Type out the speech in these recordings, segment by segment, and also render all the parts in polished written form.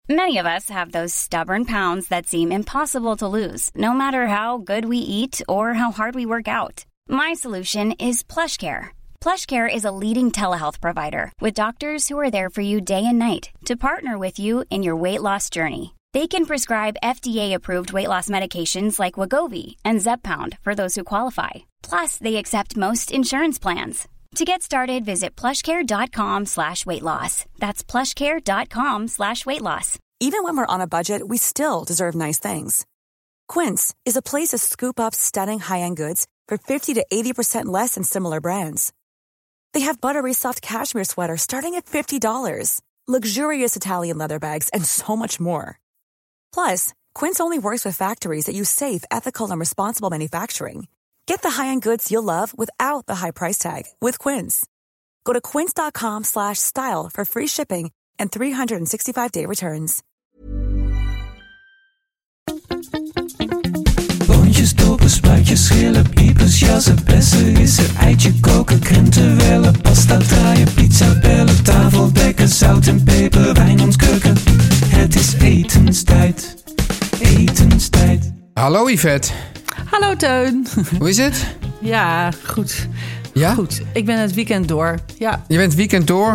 Many of us have those stubborn pounds that seem impossible to lose, no matter how good we eat or how hard we work out. My solution is PlushCare. PlushCare is a leading telehealth provider with doctors who are there for you day and night to partner with you in your weight loss journey. They can prescribe FDA-approved weight loss medications like Wegovy and Zepbound for those who qualify. Plus, they accept most insurance plans. To get started, visit plushcare.com/weightloss. That's plushcare.com/weightloss. Even when we're on a budget, we still deserve nice things. Quince is a place to scoop up stunning high-end goods for 50 to 80% less than similar brands. They have buttery soft cashmere sweaters starting at $50, luxurious Italian leather bags, and so much more. Plus, Quince only works with factories that use safe, ethical, and responsible manufacturing. Get the high-end goods you'll love without the high price tag with Quince. Go to quince.com/style for free shipping and 365-day returns. Boontjes, dopen, spuitjes, schillen, piepers, jassen, bessen, rissen, eitje koken, krenten wellen, pasta draaien, pizza bellen, tafel dekken, zout en peper, wijn ontkurken. Het is etenstijd, etenstijd. Hallo Yvette. Hallo Teun. Hoe is het? Ja, goed. Ja? Goed. Ik ben het weekend door. Ja. Je bent het weekend door.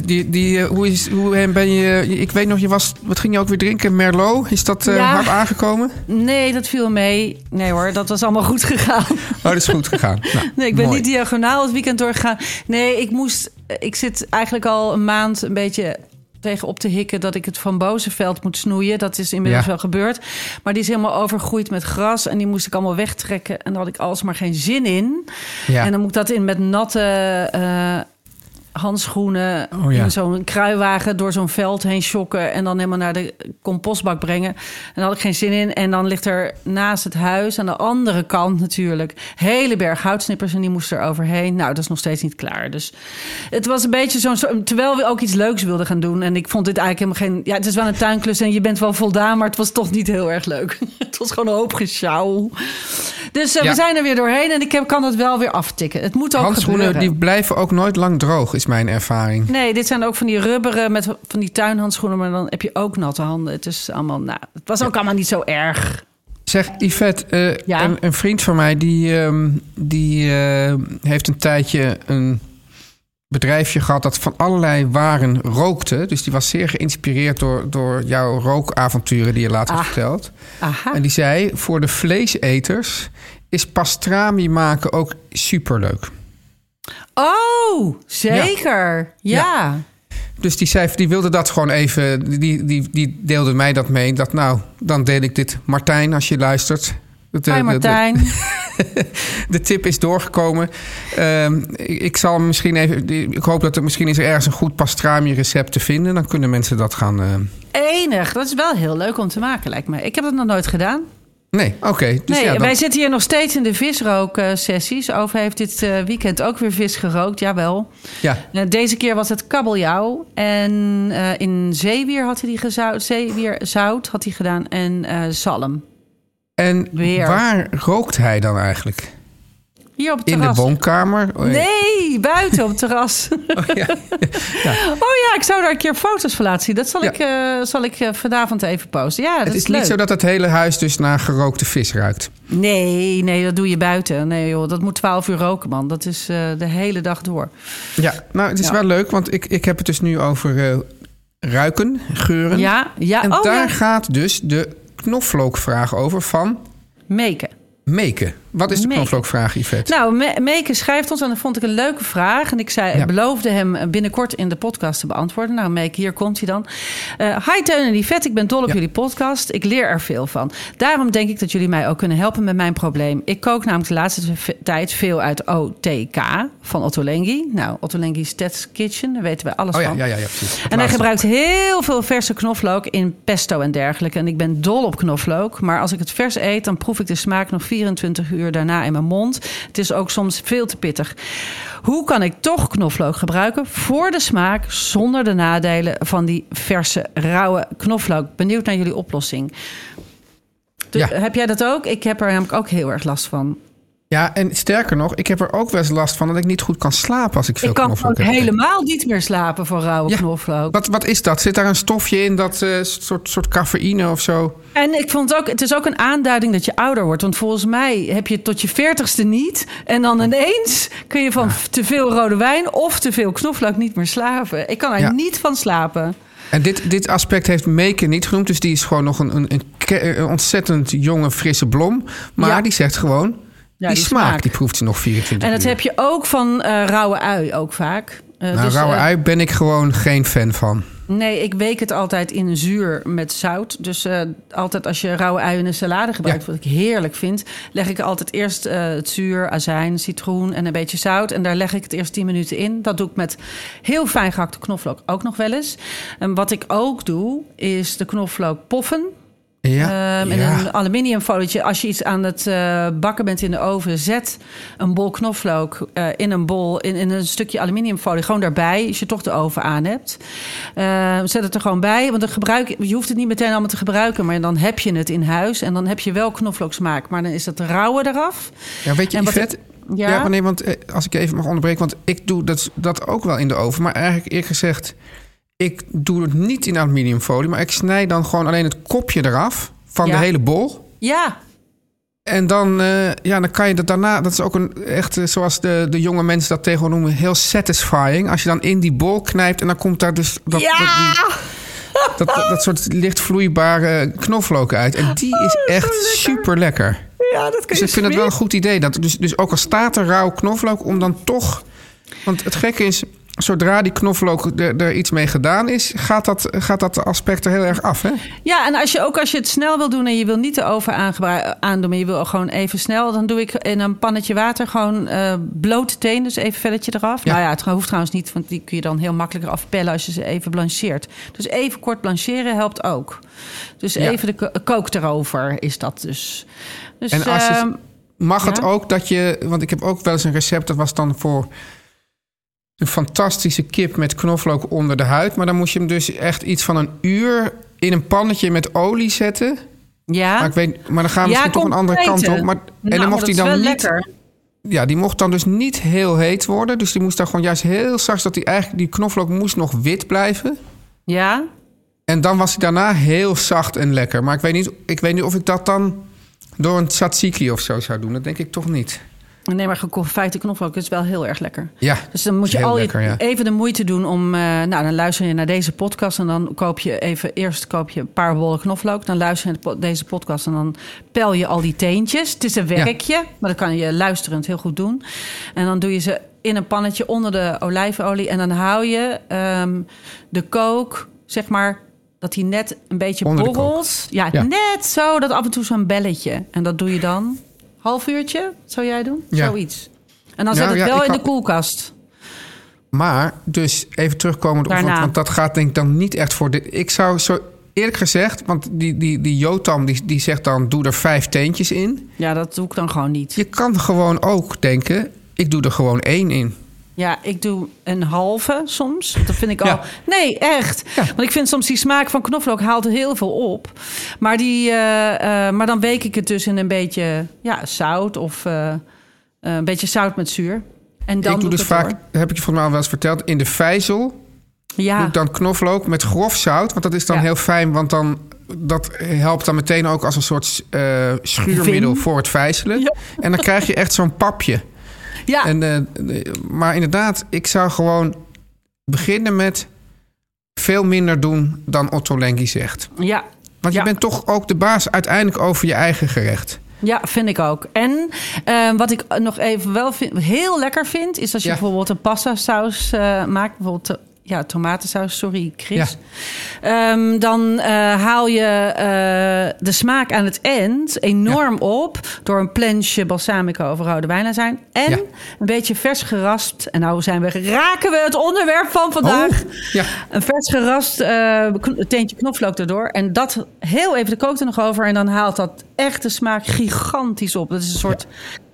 Hoe ben je... Ik weet nog, wat ging je ook weer drinken? Merlot? Is dat hard aangekomen? Nee, dat viel mee. Nee hoor, dat was allemaal goed gegaan. Oh, dat is goed gegaan. Nou, nee, ik ben mooi. niet diagonaal het weekend doorgegaan. Nee, ik zit eigenlijk al een maand een beetje tegenop te hikken dat ik het Van Bozenveld moet snoeien. Dat is inmiddels wel gebeurd. Maar die is helemaal overgroeid met gras en die moest ik allemaal wegtrekken. En daar had ik alsmaar geen zin in. Ja. En dan moet ik dat in met natte handschoenen in zo'n kruiwagen door zo'n veld heen shocken en dan helemaal naar de compostbak brengen. En daar had ik geen zin in. En dan ligt er naast het huis, aan de andere kant natuurlijk, hele berg houtsnippers en die moesten er overheen. Nou, dat is nog steeds niet klaar. Dus het was een beetje terwijl we ook iets leuks wilden gaan doen. En ik vond dit eigenlijk helemaal geen... Ja, het is wel een tuinklus en je bent wel voldaan, maar het was toch niet heel erg leuk. Het was gewoon een hoop gesjouw. Dus we zijn er weer doorheen en ik kan het wel weer aftikken. Het moet ook handschoenen gebeuren. Die blijven ook nooit lang droog, is mijn ervaring. Nee, dit zijn ook van die rubberen met van die tuinhandschoenen, maar dan heb je ook natte handen. Het is allemaal, het was ook allemaal niet zo erg. Zeg, Yvette, een vriend van mij die heeft een tijdje een bedrijfje gehad dat van allerlei waren rookte. Dus die was zeer geïnspireerd door jouw rookavonturen die je later vertelt. Aha. En die zei, voor de vleeseters is pastrami maken ook superleuk. Oh, zeker. Ja. Dus die zei, die wilde dat gewoon even... Die deelde mij dat mee. Dan deel ik dit. Martijn, als je luistert. Hi Martijn. De tip is doorgekomen. Ik zal misschien even... Ik hoop dat er misschien is er ergens een goed pastrami recept te vinden. Dan kunnen mensen dat gaan... Enig. Dat is wel heel leuk om te maken, lijkt me. Ik heb dat nog nooit gedaan. Nee, oké. Dus wij zitten hier nog steeds in de visrooksessies. Ove heeft dit weekend ook weer vis gerookt, jawel. Ja. Deze keer was het kabeljauw. En in zeewier had hij die zeewierzout had hij gedaan en zalm. En waar rookt hij dan eigenlijk? Hier op het terras. In de woonkamer? Nee, buiten op het terras. Oh ja. Ik zou daar een keer foto's van laten zien. Dat zal ik vanavond even posten. Ja, het is leuk. niet zo dat het hele huis dus naar gerookte vis ruikt. Nee, dat doe je buiten. Nee joh, dat moet 12 uur roken, man. Dat is de hele dag door. Ja, nou het is wel leuk, want ik heb het dus nu over ruiken, geuren. Ja. En daar gaat dus de knoflookvraag over van... Meke. Wat is de knoflookvraag, Yvette? Nou, Meke schrijft ons en dat vond ik een leuke vraag. En ik beloofde hem binnenkort in de podcast te beantwoorden. Nou, Meke, hier komt hij dan. Hi Teun en Yvette, ik ben dol op jullie podcast. Ik leer er veel van. Daarom denk ik dat jullie mij ook kunnen helpen met mijn probleem. Ik kook namelijk de laatste tijd veel uit OTK van Ottolenghi. Nou, Ottolenghi's Ted's Kitchen, daar weten we alles van. Ja, precies. En hij gebruikt heel veel verse knoflook in pesto en dergelijke. En ik ben dol op knoflook. Maar als ik het vers eet, dan proef ik de smaak nog 24 uur daarna in mijn mond. Het is ook soms veel te pittig. Hoe kan ik toch knoflook gebruiken voor de smaak zonder de nadelen van die verse, rauwe knoflook? Benieuwd naar jullie oplossing. Heb jij dat ook? Ik heb er namelijk ook heel erg last van. Ja, en sterker nog, ik heb er ook wel eens last van dat ik niet goed kan slapen als ik veel knoflook heb. Ik kan ook helemaal niet meer slapen van rauwe knoflook. Wat is dat? Zit daar een stofje in, dat soort cafeïne of zo? En ik vond het is ook een aanduiding dat je ouder wordt. Want volgens mij heb je het tot je 40ste niet. En dan ineens kun je van te veel rode wijn of te veel knoflook niet meer slapen. Ik kan er niet van slapen. En dit aspect heeft Meeke niet genoemd. Dus die is gewoon nog een ontzettend jonge, frisse blom. Maar die zegt gewoon... Ja, die smaak die proeft ze nog 24 uur. En dat heb je ook van rauwe ui ook vaak. Rauwe ui ben ik gewoon geen fan van. Nee, ik week het altijd in zuur met zout. Dus altijd als je rauwe ui in een salade gebruikt... wat ik heerlijk vind... leg ik altijd eerst het zuur, azijn, citroen en een beetje zout. En daar leg ik het eerst 10 minuten in. Dat doe ik met heel fijn gehakte knoflook ook nog wel eens. En wat ik ook doe, is de knoflook poffen... in een aluminiumfolietje. Als je iets aan het bakken bent in de oven... zet een bol knoflook in een bol... in een stukje aluminiumfolie gewoon daarbij... als je toch de oven aan hebt. Zet het er gewoon bij. Want je hoeft het niet meteen allemaal te gebruiken... maar dan heb je het in huis. En dan heb je wel knoflooksmaak. Maar dan is het rauwe eraf. Ja, weet je, Yvette... Ja, nee, want als ik even mag onderbreken... want ik doe dat ook wel in de oven. Maar eigenlijk eerlijk gezegd... ik doe het niet in aluminiumfolie... maar ik snij dan gewoon alleen het kopje eraf... van de hele bol. Ja. En dan kan je dat daarna... dat is ook echt, zoals de jonge mensen dat tegenwoordig noemen... heel satisfying. Als je dan in die bol knijpt... en dan komt daar dus dat soort licht vloeibare knoflook uit. En die is echt super lekker. Ja, dat kun je dus ik vind het wel een goed idee. Dus ook al staat er rauw knoflook... om dan toch... want het gekke is... zodra die knoflook er iets mee gedaan is... gaat dat aspect er heel erg af, hè? Ja, en als je het snel wil doen... en je wil niet de oven aandoen... maar je wil gewoon even snel... dan doe ik in een pannetje water gewoon blote teen... dus even velletje eraf. Ja. Nou ja, het hoeft trouwens niet... want die kun je dan heel makkelijker afpellen... als je ze even blancheert. Dus even kort blancheren helpt ook. Dus even de kook erover is dat dus. En als mag het ook dat je... want ik heb ook wel eens een recept... dat was dan voor... een fantastische kip met knoflook onder de huid. Maar dan moest je hem dus echt iets van een uur... in een pannetje met olie zetten. Ja. Maar dan gaan we misschien toch een andere kant op. En dan mocht hij dan niet... lekker. Ja, die mocht dan dus niet heel heet worden. Dus die moest dan gewoon juist heel zacht... dat die knoflook moest nog wit blijven. Ja. En dan was hij daarna heel zacht en lekker. Maar ik weet niet of ik dat dan... door een tzatziki of zo zou doen. Dat denk ik toch niet. Nee, maar geconfijte knoflook is wel heel erg lekker. Ja, dus dan moet je even de moeite doen om... dan luister je naar deze podcast... en dan koop je een paar bollen knoflook. Dan luister je naar deze podcast... en dan pel je al die teentjes. Het is een werkje, maar dat kan je luisterend heel goed doen. En dan doe je ze in een pannetje onder de olijfolie... en dan hou je de kook, zeg maar... dat hij net een beetje borrelt. Ja, net zo, dat af en toe zo'n belletje. En dat doe je dan... half uurtje, zou jij doen? Ja. Zoiets. En dan zet het wel in de koelkast. Maar, dus even terugkomen... want dat gaat denk ik dan niet echt voor dit... Ik zou zo eerlijk gezegd... want die Jotam die zegt dan... doe er 5 teentjes in. Ja, dat doe ik dan gewoon niet. Je kan gewoon ook denken... ik doe er gewoon 1 in. Ja, ik doe een halve soms. Dat vind ik al... Nee, echt. Ja. Want ik vind soms die smaak van knoflook haalt heel veel op. Maar, maar dan week ik het dus in een beetje zout... of een beetje zout met zuur. En dan ik doe dus vaak, heb ik je volgens mij al wel eens verteld... in de vijzel doe ik dan knoflook met grof zout. Want dat is dan heel fijn, want dan... dat helpt dan meteen ook als een soort schuurmiddel voor het vijzelen. Ja. En dan krijg je echt zo'n papje. Ja. Maar inderdaad, ik zou gewoon beginnen met veel minder doen dan Otto Lengi zegt. Ja. Want je bent toch ook de baas uiteindelijk over je eigen gerecht. Ja, vind ik ook. En wat ik nog even wel heel lekker vind... is als je bijvoorbeeld een pasta saus maakt. Bijvoorbeeld tomatensaus, sorry Chris. Ja. Dan haal je de smaak aan het eind enorm op... door een plensje balsamico of rode wijnazijn... en een beetje vers geraspt... en nou raken we het onderwerp van vandaag. Een vers gerast teentje knoflook erdoor... en dat heel even de kook er nog over... en dan haalt dat echt de smaak gigantisch op. Dat is een soort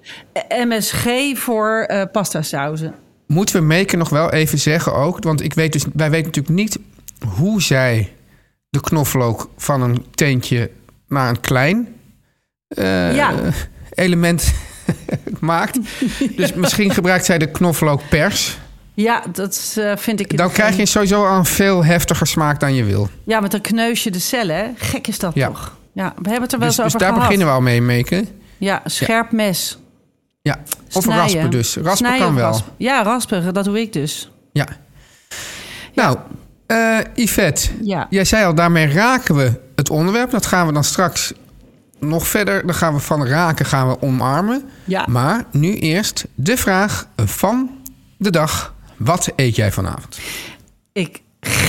MSG voor pasta sauzen. Moeten we Meeke nog wel even zeggen ook... want wij weten natuurlijk niet hoe zij de knoflook... van een teentje naar een klein element maakt. Dus misschien gebruikt zij de knoflookpers. Ja, dat vind ik... Dan krijg je sowieso al een veel heftiger smaak dan je wil. Ja, met een kneusje de cellen, hè? Gek is dat toch? Ja, we hebben het er wel eens over dus daar gehad. beginnen we al mee, Meeke. Ja, scherp mes. Ja, of raspen dus. Raspen kan wel. Raspen. Ja, raspen, dat doe ik dus. Ja. Nou, Yvette, Ja. Jij zei al, daarmee raken we het onderwerp. Dat gaan we dan straks nog verder. Dan gaan we van raken omarmen. Ja. Maar nu eerst de vraag van de dag. Wat eet jij vanavond? Ik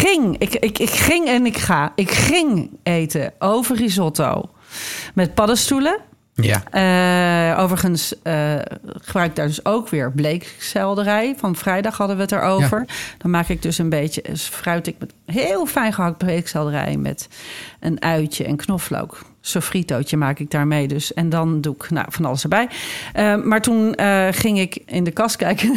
ging eten over risotto met paddenstoelen. Ja. Overigens gebruik ik daar dus ook weer bleekselderij. Van vrijdag hadden we het erover. Ja. Dan maak ik dus een beetje... fruit ik met heel fijn gehakt bleekselderij... met een uitje en knoflook. Sofritootje maak ik daarmee dus. En dan doe ik van alles erbij. Maar toen ging ik in de kast kijken...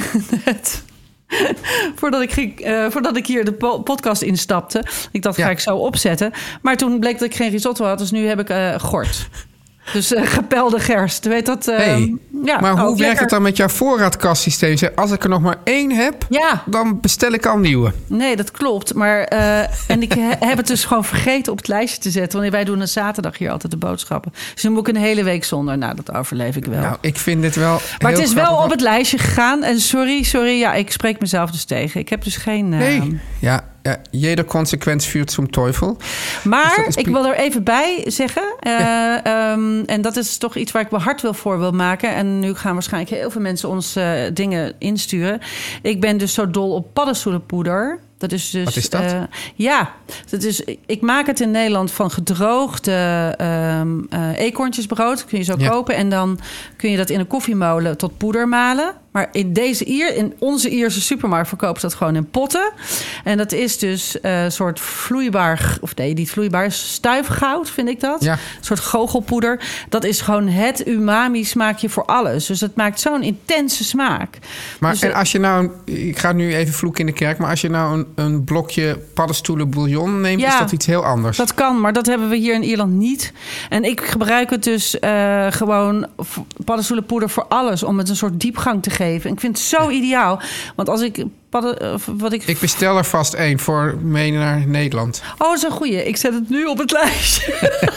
Voordat ik hier de podcast instapte. Ik dacht, ga ik zo opzetten. Maar toen bleek dat ik geen risotto had. Dus nu heb ik gort. Dus gepelde gerst. Weet dat? Maar hoe werkt het dan met jouw voorraadkastsysteem? Als ik er nog maar 1 heb, dan bestel ik al nieuwe. Nee, dat klopt. Maar en ik heb het dus gewoon vergeten op het lijstje te zetten. Want wij doen een zaterdag hier altijd de boodschappen. Dus dan moet ik een hele week zonder. Nou, dat overleef ik wel. Nou, ik vind dit wel maar het is wel op het lijstje gegaan. En sorry. Ja, ik spreek mezelf dus tegen. Ik heb dus geen... Nee, ja, jeder consequenz führt zum Teufel. Maar dus ik wil er even bij zeggen... en dat is toch iets waar ik mijn hart voor wil maken. En nu gaan waarschijnlijk heel veel mensen ons dingen insturen. Ik ben dus zo dol op paddenstoelenpoeder. Dat is dus, wat is dat? Ik maak het in Nederland van gedroogde eekhoorntjesbrood. Kun je zo kopen. En dan kun je dat in een koffiemolen tot poeder malen. Maar in onze Ierse supermarkt verkopen ze dat gewoon in potten. En dat is dus een soort vloeibaar... Of nee, niet vloeibaar. Stuifgoud, vind ik dat. Ja. Een soort goochelpoeder. Dat is gewoon het umami smaakje voor alles. Dus het maakt zo'n intense smaak. Maar dus, en als je nou... Ik ga nu even vloeken in de kerk. Maar als je nou een blokje paddenstoelen bouillon neemt... is dat iets heel anders. Dat kan, maar dat hebben we hier in Ierland niet. En ik gebruik het dus gewoon paddenstoelenpoeder voor alles... om het een soort diepgang te geven. En ik vind het zo ideaal. Want als ik... Ik bestel er vast 1 voor mee naar Nederland. Oh, dat is een goeie. Ik zet het nu op het lijstje.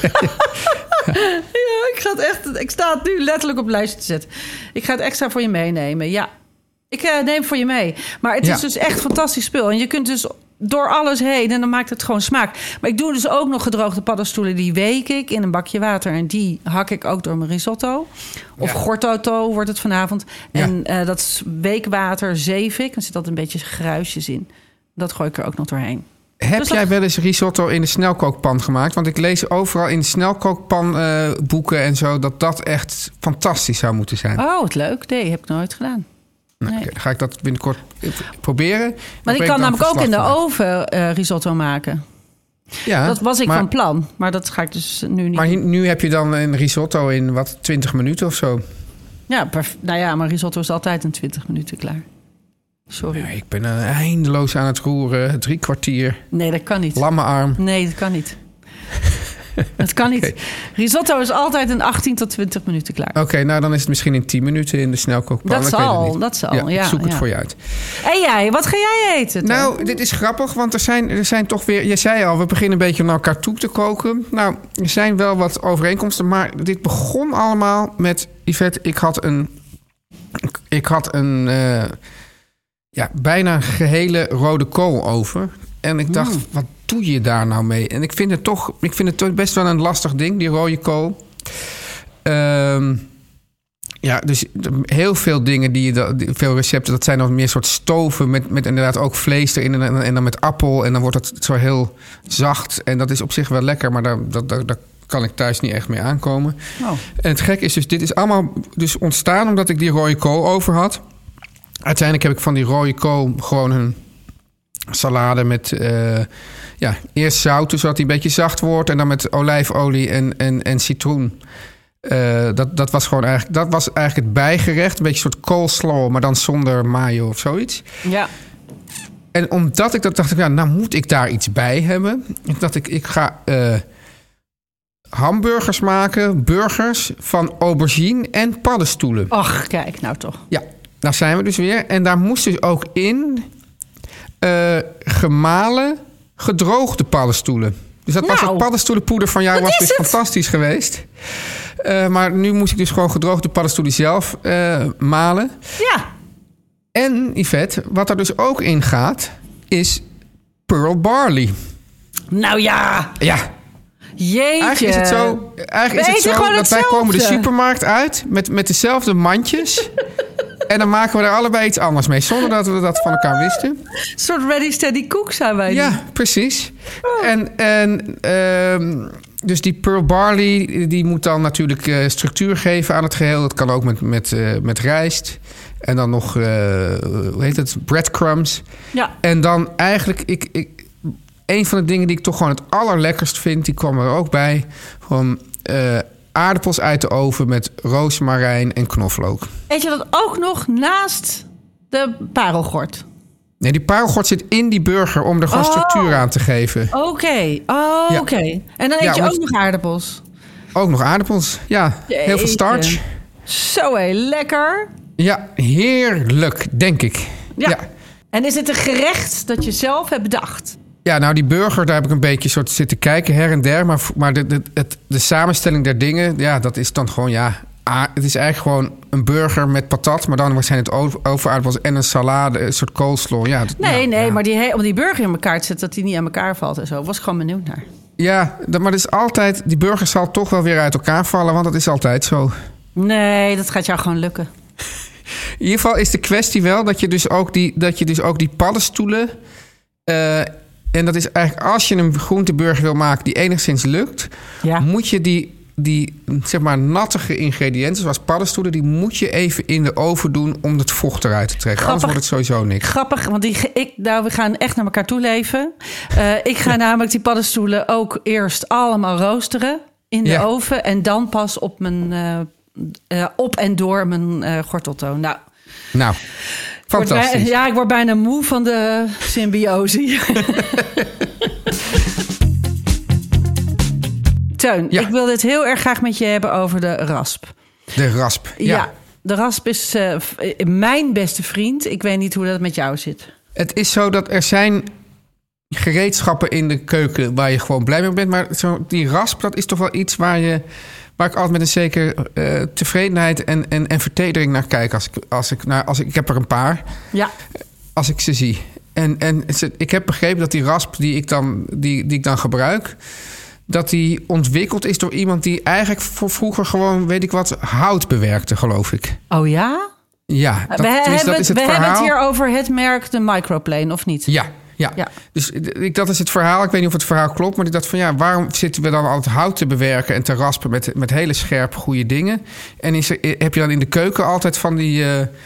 Ik sta het nu letterlijk op het lijstje te zetten. Ik ga het extra voor je meenemen. Ja, ik neem het voor je mee. Maar het is dus echt fantastisch spul. En je kunt dus door alles heen en dan maakt het gewoon smaak. Maar ik doe dus ook nog gedroogde paddenstoelen. Die week ik in een bakje water. En die hak ik ook door mijn risotto. Of gortoto wordt het vanavond. En dat is weekwater zeef ik. Dan zit dat een beetje gruisjes in. Dat gooi ik er ook nog doorheen. Heb jij wel eens risotto in de snelkookpan gemaakt? Want ik lees overal in de snelkookpan boeken en zo... dat echt fantastisch zou moeten zijn. Oh, wat leuk. Nee, heb ik nooit gedaan. Nou, dan ga ik dat binnenkort proberen. Maar ik kan namelijk ook in de oven risotto maken. Ja, dat was ik van plan. Maar dat ga ik dus nu niet Maar doen. Nu heb je dan een risotto in 20 minuten of zo? Ja, maar risotto is altijd in 20 minuten klaar. Sorry. Ja, ik ben eindeloos aan het roeren. 3 kwartier. Nee, dat kan niet. Lammenarm. Nee, dat kan niet. Dat kan niet. Okay. Risotto is altijd in 18 tot 20 minuten klaar. Oké, nou dan is het misschien in 10 minuten in de snelkookpan. Dat zal. Ja, ik zoek het voor je uit. En jij, wat ga jij eten? Nou, dit is grappig, want er zijn toch weer... Je zei al, we beginnen een beetje naar elkaar toe te koken. Nou, er zijn wel wat overeenkomsten, maar dit begon allemaal met... Yvette, ik had een bijna een gehele rode kool over. En ik dacht, wat doe je daar nou mee? En ik vind het toch best wel een lastig ding, die rode kool. Dus heel veel dingen veel recepten, dat zijn dan meer soort stoven met inderdaad ook vlees erin en dan met appel. En dan wordt het zo heel zacht. En dat is op zich wel lekker, maar daar kan ik thuis niet echt mee aankomen. Oh. En het gek is dus, dit is allemaal dus ontstaan omdat ik die rode kool over had. Uiteindelijk heb ik van die rode kool gewoon een salade met eerst zouten, zodat die een beetje zacht wordt. En dan met olijfolie en citroen. Dat was eigenlijk het bijgerecht. Een beetje een soort coleslaw, maar dan zonder mayo of zoiets. Ja. En omdat ik dat dacht, nou moet ik daar iets bij hebben. Ik dacht, ik ga hamburgers maken, burgers van aubergine en paddenstoelen. Ach, kijk, nou toch. Ja, daar zijn we dus weer. En daar moest dus ook in gemalen, gedroogde paddenstoelen. Dus dat was het paddenstoelenpoeder van jou, was dus fantastisch geweest. Maar nu moest ik dus gewoon gedroogde paddenstoelen zelf malen. Ja. En Yvette, wat er dus ook in gaat, is pearl barley. Nou ja. Ja. Jeetje. Eigenlijk is het zo dat wij komen de supermarkt uit met dezelfde mandjes. En dan maken we er allebei iets anders mee, zonder dat we dat van elkaar wisten. Een soort ready, steady cook zijn wij. Ja, precies. Dus die pearl barley, die moet dan natuurlijk structuur geven aan het geheel. Dat kan ook met rijst. En dan nog, hoe heet het, breadcrumbs. Ja. En dan eigenlijk, een van de dingen die ik toch gewoon het allerlekkerst vind, die kwam er ook bij. Gewoon aardappels uit de oven met rozemarijn en knoflook. Eet je dat ook nog naast de parelgort? Nee, die parelgort zit in die burger om er gewoon structuur aan te geven. Oké. En dan eet je ook nog aardappels? Ook nog aardappels, ja. Heel veel starch. Zo heel lekker. Ja, heerlijk, denk ik. Ja. En is het een gerecht dat je zelf hebt bedacht? Ja, nou die burger, daar heb ik een beetje soort zitten kijken her en der. Maar de samenstelling der dingen, ja, dat is dan gewoon, het is eigenlijk gewoon een burger met patat, maar dan zijn het overaardappels en een salade, een soort coleslaw. Ja, maar om die burger in elkaar te zetten, dat die niet aan elkaar valt en zo, was ik gewoon benieuwd naar. Ja, maar dat is altijd, die burger zal toch wel weer uit elkaar vallen, want dat is altijd zo. Nee, dat gaat jou gewoon lukken. In ieder geval is de kwestie wel dat je dus ook die paddenstoelen, en dat is eigenlijk als je een groenteburger wil maken die enigszins lukt, moet je die zeg maar nattige ingrediënten, zoals paddenstoelen, die moet je even in de oven doen om het vocht eruit te trekken. Anders wordt het sowieso niks. Grappig, want we gaan echt naar elkaar toe leven. Ik ga namelijk die paddenstoelen ook eerst allemaal roosteren in de oven en dan pas op mijn op en door mijn gorteltoon. Nou, fantastisch. Ik word bijna moe van de symbiose. Teun, ik wil dit heel erg graag met je hebben over de rasp. De rasp, ja. De rasp is mijn beste vriend. Ik weet niet hoe dat met jou zit. Het is zo dat er zijn gereedschappen in de keuken waar je gewoon blij mee bent. Maar die rasp, dat is toch wel iets waar ik altijd met een zekere tevredenheid en vertedering naar kijk. Ik heb er een paar. Ja. Als ik ze zie. En ik heb begrepen dat die rasp die ik dan gebruik, dat die ontwikkeld is door iemand die eigenlijk voor vroeger gewoon, weet ik wat, hout bewerkte, geloof ik. Oh ja? Ja, dat is het verhaal. We hebben het hier over het merk de Microplane, of niet? Ja. Dus dat is het verhaal. Ik weet niet of het verhaal klopt, maar ik dacht van waarom zitten we dan altijd hout te bewerken en te raspen met hele scherp goede dingen? En heb je dan in de keuken altijd van die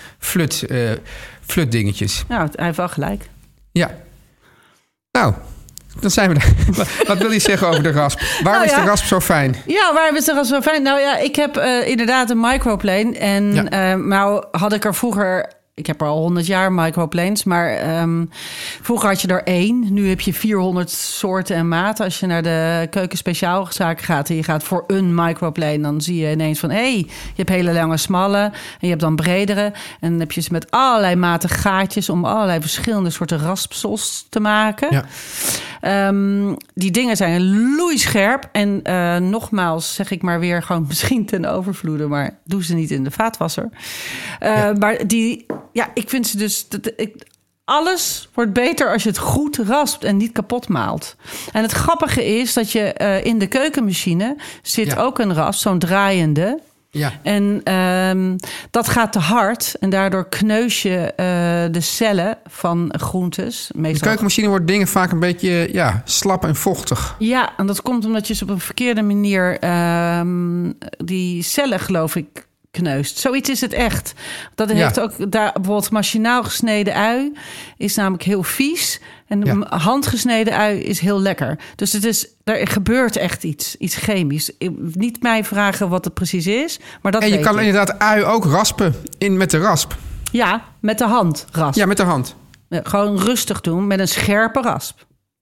flut dingetjes? Nou, hij heeft wel gelijk. Ja. Nou, dan zijn we er. Wat wil je zeggen over de rasp? Waarom is de rasp zo fijn? Ja, waarom is de rasp zo fijn? Nou ja, ik heb inderdaad een Microplane. En nou had ik er vroeger, ik heb er al 100 jaar Microplanes, maar vroeger had je er 1. Nu heb je 400 soorten en maten. Als je naar de keukenspeciaalzaak gaat en je gaat voor een Microplane, dan zie je ineens van, je hebt hele lange, smalle en je hebt dan bredere. En dan heb je ze met allerlei maten gaatjes om allerlei verschillende soorten raspsos te maken. Ja. Die dingen zijn loeischerp. En nogmaals zeg ik maar weer, gewoon misschien ten overvloede, maar doe ze niet in de vaatwasser. Maar ik vind ze dus, alles wordt beter als je het goed raspt en niet kapot maalt. En het grappige is dat je in de keukenmachine zit ook een rasp, zo'n draaiende. Ja. En dat gaat te hard en daardoor kneus je de cellen van groentes. Meestal. De keukenmachine wordt dingen vaak een beetje slap en vochtig. Ja, en dat komt omdat je ze op een verkeerde manier die cellen, geloof ik, kneust. Zoiets is het echt. Dat heeft ook daar bijvoorbeeld machinaal gesneden ui is namelijk heel vies en handgesneden ui is heel lekker. Dus er gebeurt echt iets chemisch. Niet mij vragen wat het precies is, maar dat. En je kan inderdaad ui ook raspen met de rasp. Ja, met de hand rasp. Ja, met de hand. Gewoon rustig doen met een scherpe rasp. Ja.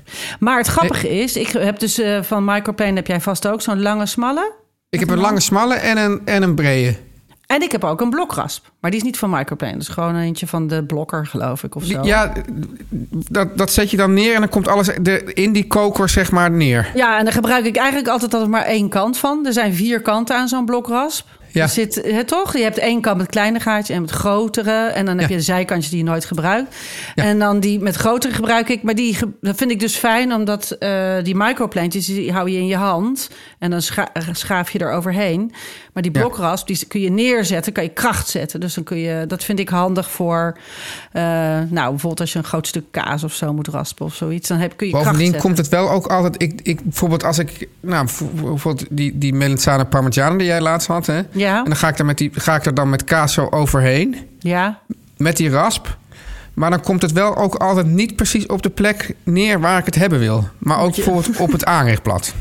Maar het grappige is, ik heb dus van Microplane heb jij vast ook zo'n lange, smalle. Ik heb een lange, smalle en een brede. En ik heb ook een blokrasp. Maar die is niet van Microplane. Dat is gewoon eentje van de Blokker, geloof ik, of zo. Ja, dat zet je dan neer en dan komt alles in die koker, zeg maar, neer. Ja, en dan gebruik ik eigenlijk altijd maar één kant van. Er zijn 4 kanten aan zo'n blokrasp. Ja. Er zit, toch? Je hebt 1 kant met kleine gaatjes en met grotere. En dan heb je de zijkantjes die je nooit gebruikt. Ja. En dan die met grotere gebruik ik. Maar dat vind ik dus fijn, omdat die microplantjes, die hou je in je hand. En dan schaaf je er overheen. Maar die blokrasp, die kun je neerzetten, kan je kracht zetten. Dus dan kun je, dat vind ik handig voor, bijvoorbeeld als je een groot stuk kaas of zo moet raspen of zoiets. Dan kun je kracht zetten. Bovendien komt het wel ook altijd, bijvoorbeeld als ik, bijvoorbeeld die melenzane parmigiano die jij laatst had, hè? Ja. En dan ga ik er dan met kaas zo overheen. Ja. Met die rasp. Maar dan komt het wel ook altijd niet precies op de plek neer waar ik het hebben wil. Maar ook bijvoorbeeld op het aanrechtblad.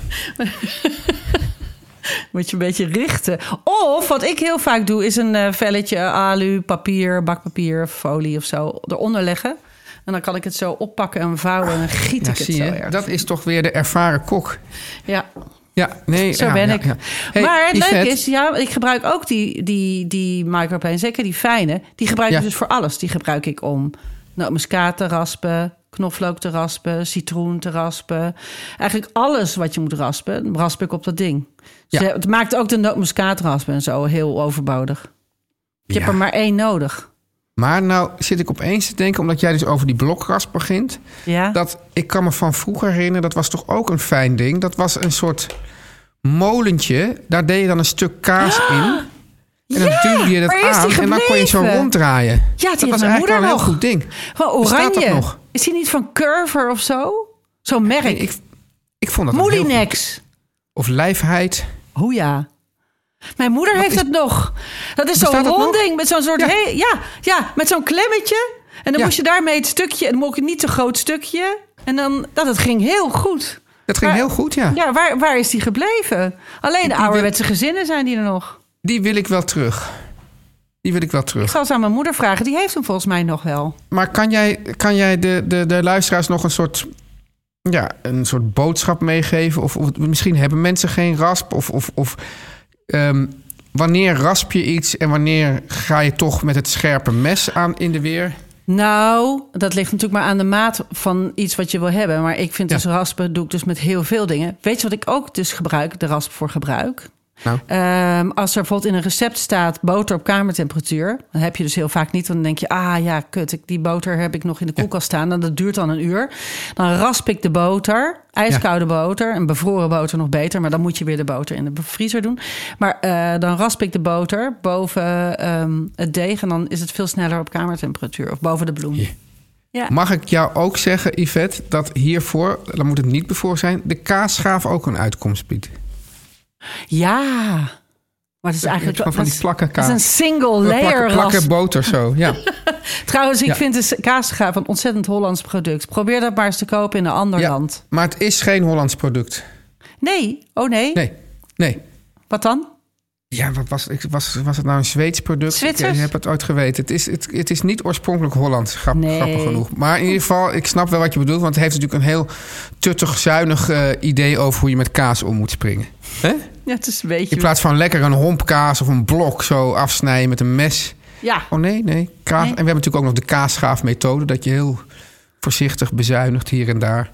Moet je een beetje richten. Of wat ik heel vaak doe, is een velletje alu, papier, bakpapier, folie of zo eronder leggen. En dan kan ik het zo oppakken en vouwen en dan giet ik het zo erg. Dat is toch weer de ervaren kok. Ja. Ja, nee. Zo ben ik. Ja. Hey, maar het leuke is, ik gebruik ook die microplane, zeker die fijne. Die gebruik ik dus voor alles. Die gebruik ik om nootmuskaat te raspen, knoflook te raspen, citroen te raspen. Eigenlijk alles wat je moet raspen, rasp ik op dat ding. Dus het maakt ook de nootmuskaat raspen en zo heel overbodig. Je hebt er maar 1 nodig. Maar nou zit ik opeens te denken, omdat jij dus over die blokrasp begint. Ja. Dat ik kan me van vroeger herinneren, dat was toch ook een fijn ding. Dat was een soort molentje. Daar deed je dan een stuk kaas in. En dan duwde je dat aan en dan kon je zo ronddraaien. Ja, dat was eigenlijk wel een heel goed ding. Van oranje. Nog? Is die niet van Curver of zo? Zo'n merk. Nee, ik vond dat Moulinex. Of Lijfheid. Oh ja. Mijn moeder heeft het nog. Dat is zo'n ronding met zo'n soort... met zo'n klemmetje. En dan moest je daarmee het stukje... en dan mocht je niet te groot stukje. En dan... het ging heel goed. Dat ging heel goed, ja. Ja, waar is die gebleven? Alleen de ouderwetse gezinnen zijn die er nog. Die wil ik wel terug. Ik zal het aan mijn moeder vragen. Die heeft hem volgens mij nog wel. Maar kan jij de luisteraars nog een soort boodschap meegeven? Of misschien hebben mensen geen rasp? Of wanneer rasp je iets en wanneer ga je toch met het scherpe mes aan in de weer? Nou, dat ligt natuurlijk maar aan de maat van iets wat je wil hebben. Maar ik vind dus raspen doe ik dus met heel veel dingen. Weet je wat ik ook dus gebruik, de rasp voor gebruik? Nou. Als er bijvoorbeeld in een recept staat boter op kamertemperatuur, dan heb je dus heel vaak niet. Dan denk je, die boter heb ik nog in de koelkast staan. En dat duurt dan een uur. Dan rasp ik de boter, ijskoude boter, en bevroren boter nog beter. Maar dan moet je weer de boter in de vriezer doen. Maar dan rasp ik de boter boven het deeg en dan is het veel sneller op kamertemperatuur of boven de bloem. Ja. Mag ik jou ook zeggen, Yvette, dat hiervoor, dan moet het niet bevroren zijn, de kaasschaaf ook een uitkomst biedt? Ja, maar het is eigenlijk van die plakken kaas. Het is een single layer plakken boter zo, ja. Trouwens, ik vind de kaasschaaf een ontzettend Hollands product. Probeer dat maar eens te kopen in een ander land. Maar het is geen Hollands product. Nee? Oh nee? Nee. Wat dan? Ja, was het nou een Zweeds product? Zwitsers? Ik heb het ooit geweten. Het is niet oorspronkelijk Hollands, grappig genoeg. Maar in ieder geval, ik snap wel wat je bedoelt. Want het heeft natuurlijk een heel tuttig, zuinig idee over hoe je met kaas om moet springen. Hè? Ja, het is een beetje... In plaats van lekker een hompkaas of een blok zo afsnijden met een mes. Ja. Oh nee. En we hebben natuurlijk ook nog de kaasschaafmethode. Dat je heel voorzichtig bezuinigt hier en daar.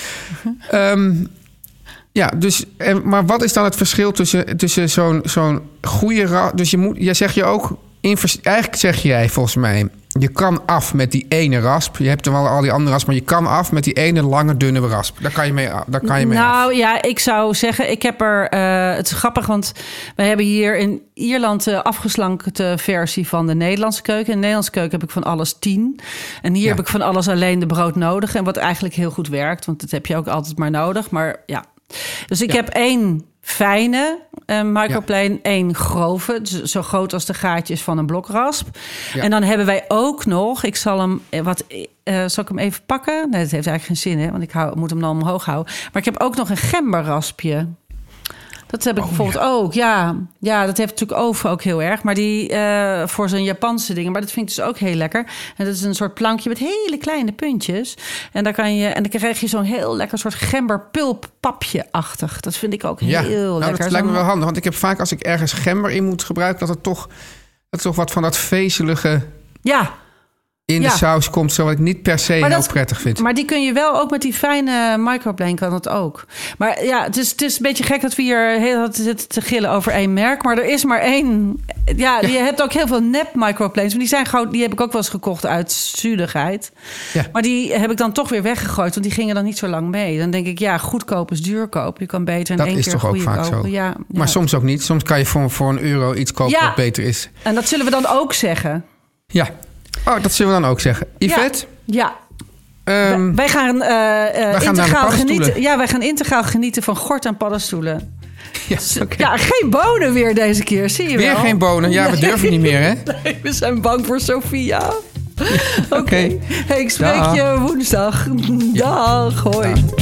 Ja, dus, maar wat is dan het verschil tussen zo'n goede... Dus jij zegt je ook... Eigenlijk zeg jij volgens mij... Je kan af met die ene rasp. Je hebt er wel al die andere rasp, maar je kan af met die ene lange, dunne rasp. Daar kan je mee af. Ja, ik zou zeggen, ik heb er... het is grappig, want wij hebben hier in Ierland de afgeslankte versie van de Nederlandse keuken. In de Nederlandse keuken heb ik van alles 10. En hier heb ik van alles alleen de brood nodig. En wat eigenlijk heel goed werkt, want dat heb je ook altijd maar nodig. Maar ja, dus ik heb 1 fijne microplane, 1 grove, dus zo groot als de gaatjes van een blokrasp. Ja. En dan hebben wij ook nog, ik zal hem zal ik hem even pakken? Nee, dat heeft eigenlijk geen zin, hè, want ik moet hem dan omhoog houden. Maar ik heb ook nog een gemberraspje. Dat heb ik bijvoorbeeld ook. Ja, dat heeft natuurlijk Oven ook heel erg. Maar die voor zijn Japanse dingen. Maar dat vind ik dus ook heel lekker. En dat is een soort plankje met hele kleine puntjes. En dan krijg je zo'n heel lekker soort gemberpulppapje-achtig. Dat vind ik ook heel lekker. Dat lijkt me wel handig. Want ik heb vaak als ik ergens gember in moet gebruiken... dat het toch wat van dat vezelige... in de saus komt, zo wat ik niet per se heel prettig vind. Maar die kun je wel ook met die fijne microplane kan het ook. Maar ja, het is een beetje gek dat we hier heel zitten te gillen over één merk. Maar er is maar één. Ja, je hebt ook heel veel nep microplanes. Maar die zijn gewoon, die heb ik ook wel eens gekocht uit zuurigheid. Ja. Maar die heb ik dan toch weer weggegooid, want die gingen dan niet zo lang mee. Dan denk ik, goedkoop is duurkoop. Je kan beter in één keer goede kopen. Dat is toch ook vaak zo. Ja. Maar soms ook niet. Soms kan je voor €1 iets kopen wat beter is. En dat zullen we dan ook zeggen. Ja. Oh, dat zullen we dan ook zeggen. Yvette? Ja. Wij gaan integraal genieten. Ja, wij gaan integraal genieten van gort en paddenstoelen. Ja, okay. Ja, geen bonen weer deze keer, zie je wel. Weer geen bonen? Ja, we durven niet meer, hè? Nee, we zijn bang voor Sophia. Oké. Hey, ik spreek je woensdag. Dag, hoi. Dag.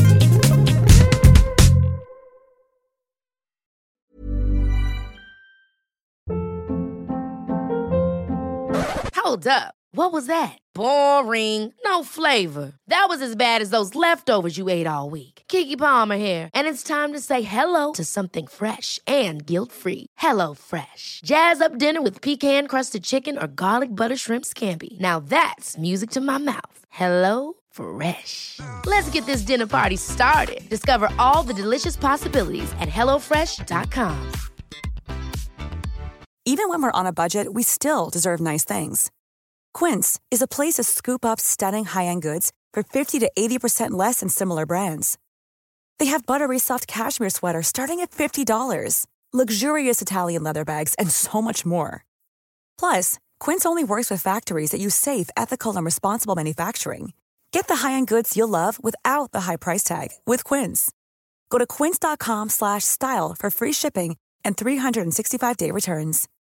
Hold up. What was that? Boring. No flavor. That was as bad as those leftovers you ate all week. Keke Palmer here, and it's time to say hello to something fresh and guilt-free. Hello Fresh. Jazz up dinner with pecan-crusted chicken or garlic butter shrimp scampi. Now that's music to my mouth. Hello Fresh. Let's get this dinner party started. Discover all the delicious possibilities at HelloFresh.com. Even when we're on a budget, we still deserve nice things. Quince is a place to scoop up stunning high-end goods for 50 to 80% less than similar brands. They have buttery soft cashmere sweaters starting at $50, luxurious Italian leather bags, and so much more. Plus, Quince only works with factories that use safe, ethical, and responsible manufacturing. Get the high-end goods you'll love without the high price tag with Quince. Go to quince.com/style for free shipping and 365-day returns.